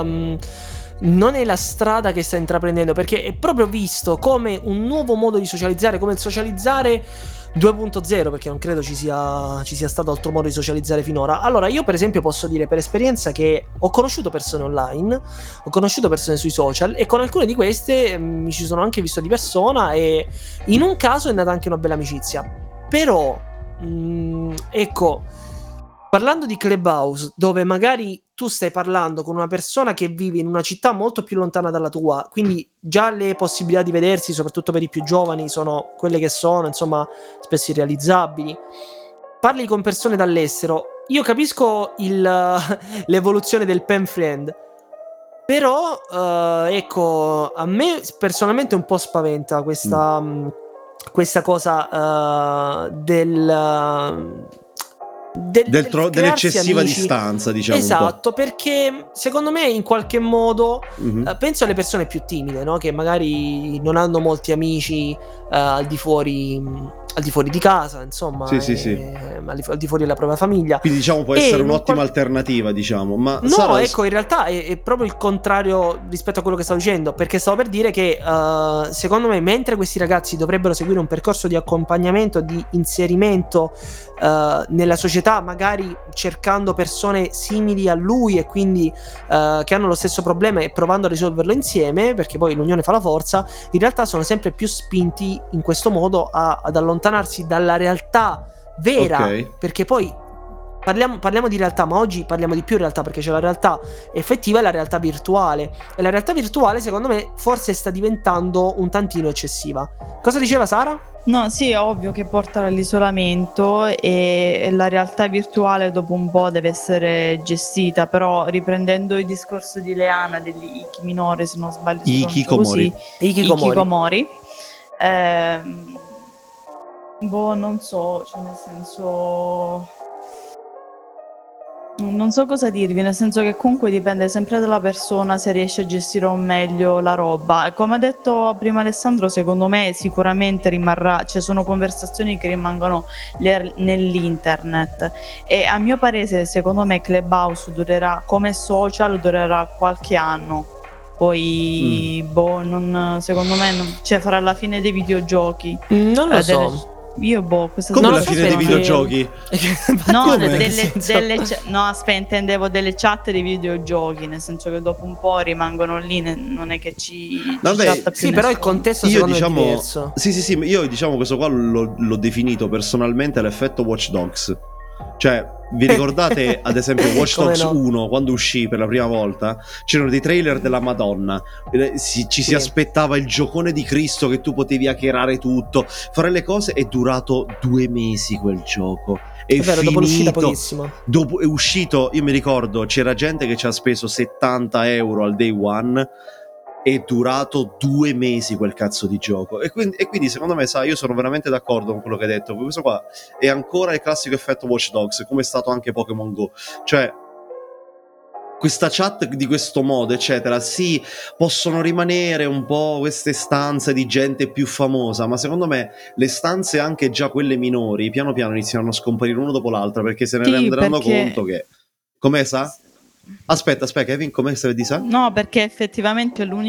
la strada che sta intraprendendo, perché è proprio visto come un nuovo modo di socializzare, come il socializzare 2.0, perché non credo ci sia stato altro modo di socializzare finora. Allora, io per esempio posso dire per esperienza che ho conosciuto persone online, ho conosciuto persone sui social, e con alcune di queste mi ci sono anche visto di persona, e in un caso è nata anche una bella amicizia. Però ecco, parlando di Clubhouse, dove magari tu stai parlando con una persona che vive in una città molto più lontana dalla tua, quindi già le possibilità di vedersi, soprattutto per i più giovani, sono quelle che sono, insomma, spesso irrealizzabili. Parli con persone dall'estero, io capisco l'evoluzione del pen friend, però ecco, a me personalmente un po' spaventa questa cosa dell'eccessiva amici. distanza, diciamo. Esatto, perché secondo me in qualche modo penso alle persone più timide, no? Che magari non hanno molti amici al di fuori di casa, insomma, sì. al di fuori della propria famiglia. Quindi diciamo può essere un'ottima alternativa, diciamo. Ma no, ecco, in realtà è proprio il contrario rispetto a quello che stavo dicendo, perché stavo per dire che secondo me, mentre questi ragazzi dovrebbero seguire un percorso di accompagnamento, di inserimento nella società, magari cercando persone simili a lui e quindi che hanno lo stesso problema e provando a risolverlo insieme, perché poi l'unione fa la forza, in realtà sono sempre più spinti in questo modo ad allontanarsi dalla realtà vera, perché poi parliamo di realtà, ma oggi parliamo di più realtà, perché c'è la realtà effettiva e la realtà virtuale, e la realtà virtuale secondo me forse sta diventando un tantino eccessiva. Cosa diceva Sara? No, sì, è ovvio che porta all'isolamento, e la realtà virtuale dopo un po' deve essere gestita, però riprendendo il discorso di Leana degli Ikiminori, se non sbaglio, Ikikomori. Non so, cioè nel senso, non so cosa dirvi, nel senso che comunque dipende sempre dalla persona se riesce a gestire o meglio la roba. Come ha detto prima Alessandro, secondo me sicuramente rimarrà, cioè sono conversazioni che rimangono nell'internet, e a mio parere secondo me Clubhouse durerà come social, durerà qualche anno, poi secondo me cioè farà la fine dei videogiochi. Non lo so. Come la fine dei videogiochi? No, no, aspetta, intendevo delle chat dei videogiochi, nel senso che dopo un po' rimangono lì, non è che ci chatta più sì, però il contesto secondo me è diverso. Sì, io diciamo questo qua l'ho definito personalmente l'effetto Watch Dogs. Cioè, vi ricordate ad esempio Watch Dogs 1 quando uscì per la prima volta? C'erano dei trailer della Madonna, ci si aspettava il giocone di Cristo, che tu potevi hackerare tutto, fare le cose. È durato 2 mesi quel gioco. È vero, dopo l'uscita pochissimo. Dopo è uscito, io mi ricordo, c'era gente che ci ha speso 70 euro al day one. È durato 2 mesi quel cazzo di gioco, e quindi secondo me, io sono veramente d'accordo con quello che hai detto. Questo qua è ancora il classico effetto Watch Dogs, come è stato anche Pokémon Go. Cioè, questa chat di questo modo eccetera, sì, possono rimanere un po' queste stanze di gente più famosa, ma secondo me le stanze, anche già quelle minori, piano piano iniziano a scomparire uno dopo l'altra, perché se ne renderanno conto che... Come sa? Aspetta, Kevin, come stavi di sa? No, perché effettivamente l'unica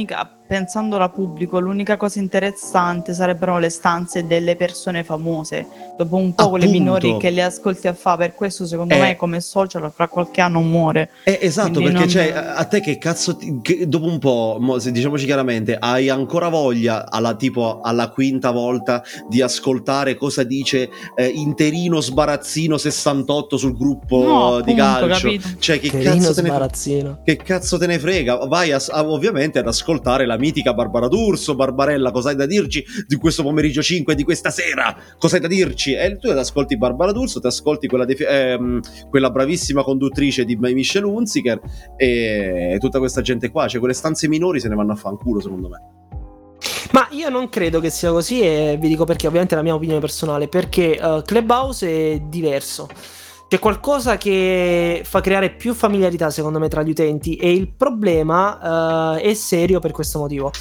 pensandola pubblico, l'unica cosa interessante sarebbero le stanze delle persone famose. Dopo un po' quelle Appunto. minori che le ascolti a fa, per questo secondo me come social fra qualche anno muore. Esatto, Quindi perché non- cioè, a te che cazzo dopo un po', se diciamoci chiaramente, hai ancora voglia alla quinta volta di ascoltare cosa dice Interino Sbarazzino 68 sul gruppo No, di appunto, calcio? capito. Cioè che Cherino Sbarazzino. che cazzo te ne frega? Vai ovviamente ad ascoltare la mitica Barbara D'Urso. Barbarella, cosa hai da dirci di questo pomeriggio 5 di questa sera? Cosa hai da dirci? E tu ti ascolti Barbara D'Urso, ti ascolti quella bravissima conduttrice di Michelle Hunziker e tutta questa gente qua. Cioè quelle stanze minori se ne vanno a fanculo, secondo me. Ma io non credo che sia così e vi dico perché, ovviamente è la mia opinione personale, perché Clubhouse è diverso. C'è qualcosa che fa creare più familiarità secondo me tra gli utenti e il problema è serio per questo motivo.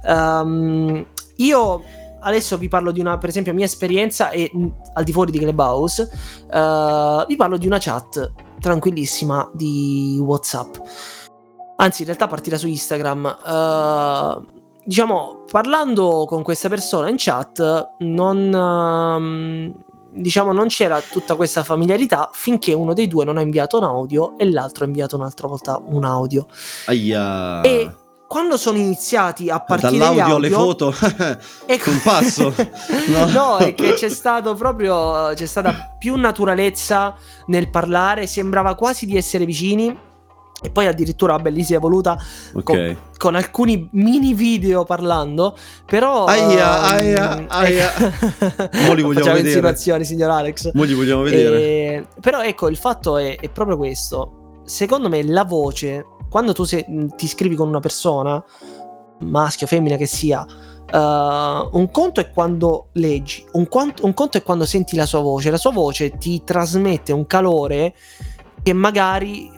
Io adesso vi parlo di una, per esempio, mia esperienza e al di fuori di Clubhouse vi parlo di una chat tranquillissima di WhatsApp. Anzi, in realtà partirà su Instagram. Diciamo, parlando con questa persona in chat non c'era tutta questa familiarità finché uno dei due non ha inviato un audio e l'altro ha inviato un'altra volta un audio. Aia. E quando sono iniziati a partire dall'audio gli audio, alle foto un passo. No, è che c'è stata più naturalezza nel parlare, sembrava quasi di essere vicini. E poi addirittura una bellissima voluta con alcuni mini video parlando. Però aia. Mo li vogliamo facciamo vedere. insinuazioni, signor Alex. Mo li vogliamo vedere. Però ecco, il fatto è proprio questo. Secondo me la voce, quando tu ti scrivi con una persona, maschio, femmina che sia, un conto è quando leggi, un conto è quando senti la sua voce. La sua voce ti trasmette un calore che magari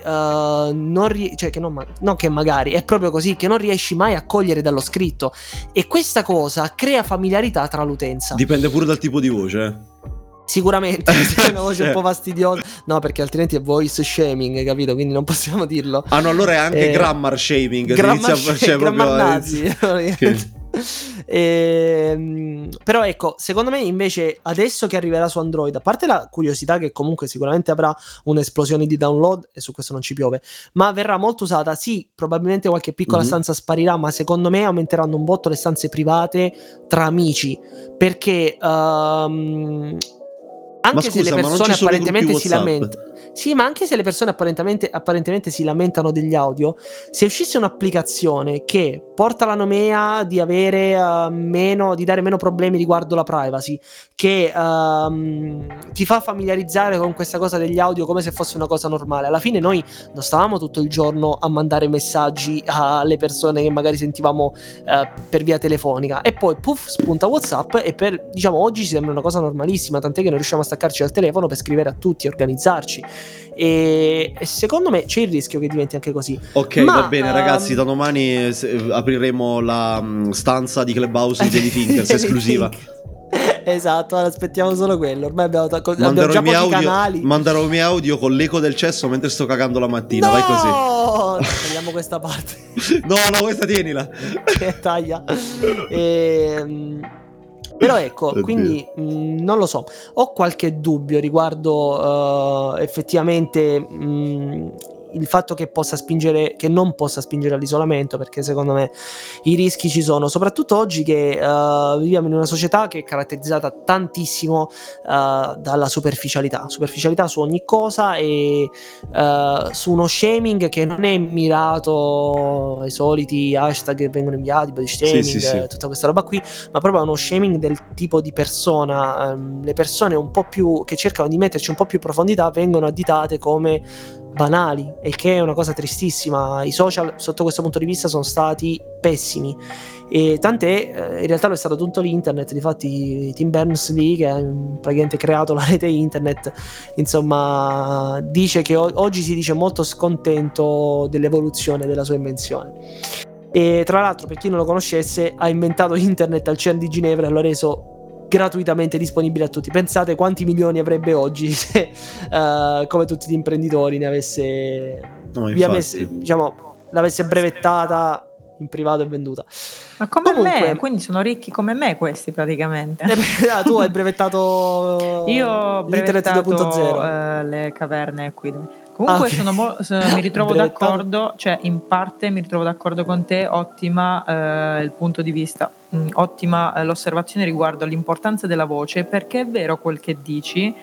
che magari è proprio così, che non riesci mai a cogliere dallo scritto, e questa cosa crea familiarità tra l'utenza. Dipende pure dal tipo di voce. Sicuramente se è una voce un po' fastidiosa, no, perché altrimenti è voice shaming, capito? Quindi non possiamo dirlo. Ah no, allora è anche grammar shaming. Grammar nazi. Però ecco, secondo me invece adesso che arriverà su Android, a parte la curiosità che comunque sicuramente avrà un'esplosione di download e su questo non ci piove, ma verrà molto usata. Sì, probabilmente qualche piccola stanza sparirà, ma secondo me aumenteranno un botto le stanze private tra amici, perché anche se le persone apparentemente si lamentano, sì, ma anche se le persone apparentemente si lamentano degli audio, se uscisse un'applicazione che porta la nomea di avere di dare meno problemi riguardo la privacy, che ti fa familiarizzare con questa cosa degli audio come se fosse una cosa normale. Alla fine noi non stavamo tutto il giorno a mandare messaggi alle persone che magari sentivamo per via telefonica, e poi puff, spunta WhatsApp, e oggi ci sembra una cosa normalissima, tant'è che non riusciamo a staccarci dal telefono per scrivere a tutti, organizzarci, e secondo me c'è il rischio che diventi anche così. Ok, va bene ragazzi, da domani apriremo la stanza di Clubhouse di Daily Thinkers esclusiva. Esatto, aspettiamo solo quello. Ormai abbiamo già pochi canali. Manderò i miei audio con l'eco del cesso mentre sto cagando la mattina. No! Vai così. Tagliamo questa parte. No, questa tienila. Taglia. Però ecco, Oddio. quindi non lo so, ho qualche dubbio riguardo effettivamente il fatto che non possa spingere all'isolamento, perché secondo me i rischi ci sono, soprattutto oggi che viviamo in una società che è caratterizzata tantissimo dalla superficialità su ogni cosa, e su uno shaming che non è mirato ai soliti hashtag che vengono inviati, body shaming, sì. tutta questa roba qui, ma proprio uno shaming del tipo di persona. Le persone un po' più che cercano di metterci un po' più profondità vengono additate come banali, e che è una cosa tristissima. I social sotto questo punto di vista sono stati pessimi, e tant'è in realtà lo è stato tutto l'internet. Difatti Tim Berners-Lee, che ha praticamente creato la rete internet, insomma dice che oggi si dice molto scontento dell'evoluzione della sua invenzione. E tra l'altro, per chi non lo conoscesse, ha inventato internet al CERN di Ginevra e lo ha reso gratuitamente disponibile a tutti. Pensate quanti milioni avrebbe oggi se come tutti gli imprenditori ne avesse l'avesse brevettata in privato e venduta. Ma come Comunque, me, quindi sono ricchi come me questi praticamente. Tu hai brevettato Io ho l'internet brevettato 2.0. le caverne acquidine. Comunque Ok. mi ritrovo Brevettato. d'accordo, cioè in parte mi ritrovo d'accordo con te, ottima il punto di vista, ottima l'osservazione riguardo all'importanza della voce, perché è vero quel che dici,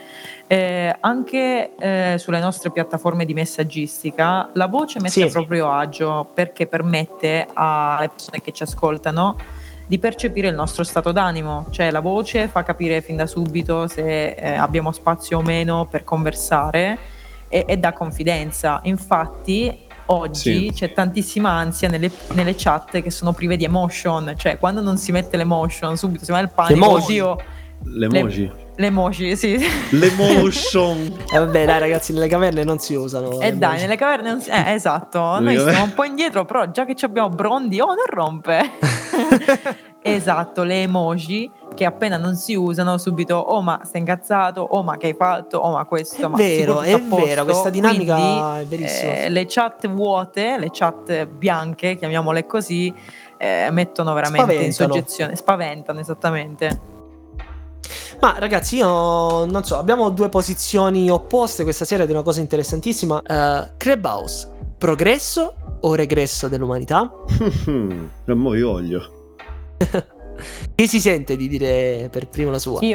anche sulle nostre piattaforme di messaggistica la voce mette a proprio agio, perché permette alle persone che ci ascoltano di percepire il nostro stato d'animo, cioè la voce fa capire fin da subito se abbiamo spazio o meno per conversare e dà confidenza. Infatti oggi c'è tantissima ansia nelle chat che sono prive di emotion, cioè quando non si mette l'emotion subito si va nel panico. Oddio, le emoji, sì. L'emotion. Vabbè, dai ragazzi, nelle caverne non si usano. Dai, nelle caverne non si... esatto, noi stiamo un po' indietro, però già che abbiamo Brondi, non rompe. Esatto, le emoji che appena non si usano subito, ma stai incazzato, ma che hai fatto, ma questo, è vero, è vero, questa dinamica quindi, è verissima. Le chat vuote, le chat bianche, chiamiamole così, mettono veramente in soggezione, spaventano esattamente. Ma ragazzi, io non so, abbiamo due posizioni opposte questa sera di una cosa interessantissima. Clubhouse, progresso o regresso dell'umanità? Mo' io voglio. Chi si sente di dire per primo la sua?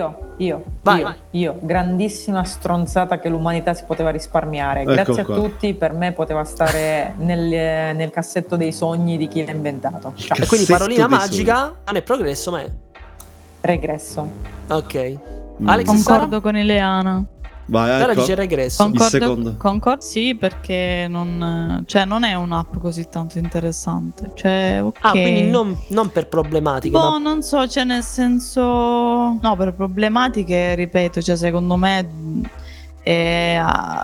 Io, grandissima stronzata che l'umanità si poteva risparmiare. Grazie a tutti, per me poteva stare nel cassetto dei sogni di chi l'ha inventato. Ciao. E quindi parolina magica, non è progresso ma è regresso. Ok. Alex, concordo con Ileana. Vai, allora dice regresso. Concordo, sì, perché non è un'app così tanto interessante. Cioè, ok. Quindi non per problematiche. No, non so, cioè nel senso, no, per problematiche, ripeto, cioè secondo me è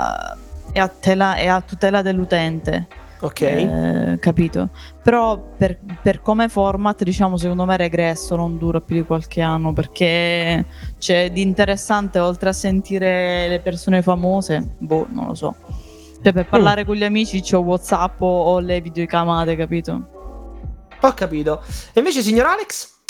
a tutela dell'utente. Ok. Capito. Però per come format, diciamo, secondo me regresso non dura più di qualche anno, perché c'è di interessante, oltre a sentire le persone famose, non lo so, cioè per parlare con gli amici c'ho WhatsApp o le videochiamate, capito? Ho capito. E invece signor Alex?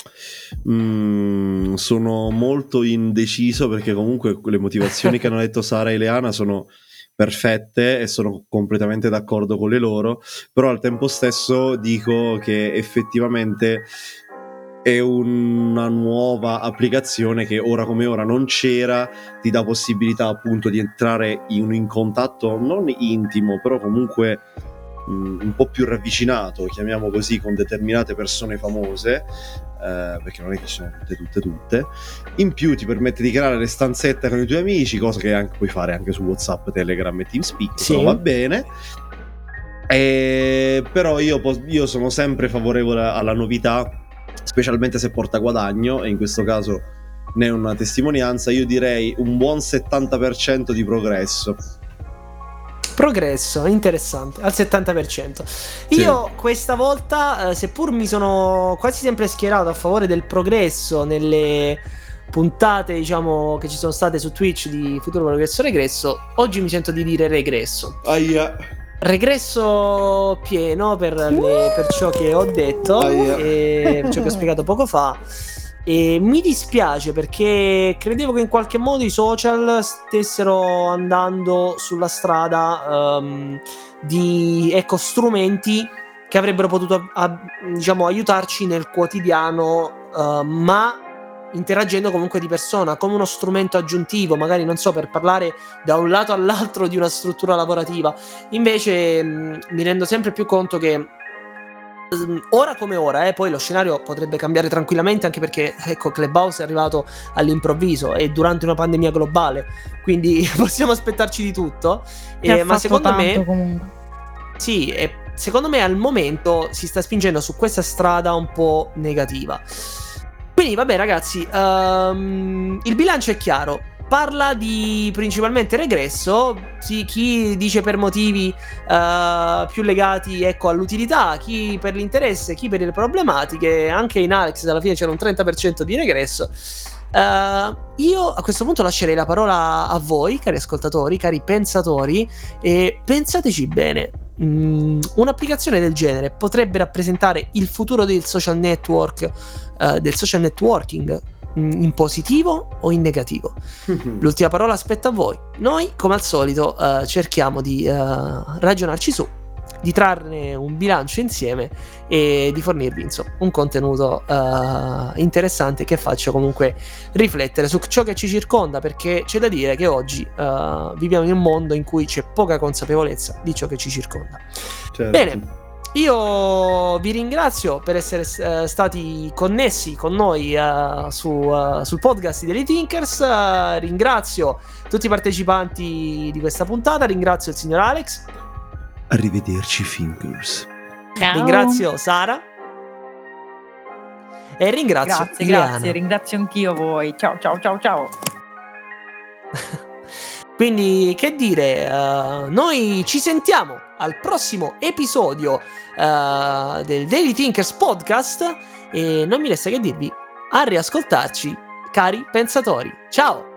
Sono molto indeciso, perché comunque le motivazioni che hanno detto Sara e Ileana sono perfette e sono completamente d'accordo con le loro, però al tempo stesso dico che effettivamente è una nuova applicazione che ora come ora non c'era, ti dà possibilità appunto di entrare in contatto non intimo, però comunque un po' più ravvicinato, chiamiamo così, con determinate persone famose, perché non è che sono tutte. In più ti permette di creare le stanzette con i tuoi amici, cosa che anche puoi fare anche su WhatsApp, Telegram e TeamSpeak, però va bene. Però io sono sempre favorevole alla novità, specialmente se porta guadagno, e in questo caso ne è una testimonianza. Io direi un buon 70% di progresso, interessante, al 70%. Io questa volta, seppur mi sono quasi sempre schierato a favore del progresso nelle puntate, diciamo, che ci sono state su Twitch di Futuro Progresso Regresso, oggi mi sento di dire regresso. Regresso pieno per ciò che ho detto e per ciò che ho spiegato poco fa. E mi dispiace, perché credevo che in qualche modo i social stessero andando sulla strada di strumenti che avrebbero potuto diciamo aiutarci nel quotidiano, ma interagendo comunque di persona, come uno strumento aggiuntivo, magari non so, per parlare da un lato all'altro di una struttura lavorativa. Invece mi rendo sempre più conto che ora come ora, poi lo scenario potrebbe cambiare tranquillamente, anche perché Clubhouse è arrivato all'improvviso e durante una pandemia globale, quindi possiamo aspettarci di tutto, ma secondo me comunque. Sì, secondo me al momento si sta spingendo su questa strada un po' negativa. Quindi vabbè ragazzi, il bilancio è chiaro. Parla di principalmente regresso, sì, chi dice per motivi più legati all'utilità, chi per l'interesse, chi per le problematiche. Anche in Alex alla fine c'era un 30% di regresso. Io a questo punto lascerei la parola a voi, cari ascoltatori, cari pensatori, e pensateci bene. un'applicazione del genere potrebbe rappresentare il futuro del social network, del social networking, in positivo o in negativo? L'ultima parola aspetta a voi. Noi, come al solito, cerchiamo di ragionarci su, di trarne un bilancio insieme e di fornirvi insomma un contenuto interessante che faccia comunque riflettere su ciò che ci circonda, perché c'è da dire che oggi viviamo in un mondo in cui c'è poca consapevolezza di ciò che ci circonda. Certo. Bene, io vi ringrazio per essere stati connessi con noi sul podcast dei Thinkers. Ringrazio tutti i partecipanti di questa puntata, ringrazio il signor Alex. Arrivederci, Thinkers. Ciao. Ringrazio Sara e ringrazio Grazie, ringrazio anch'io voi. Ciao. Quindi che dire, noi ci sentiamo al prossimo episodio del Daily Thinkers Podcast e non mi resta che dirvi a riascoltarci, cari pensatori. Ciao!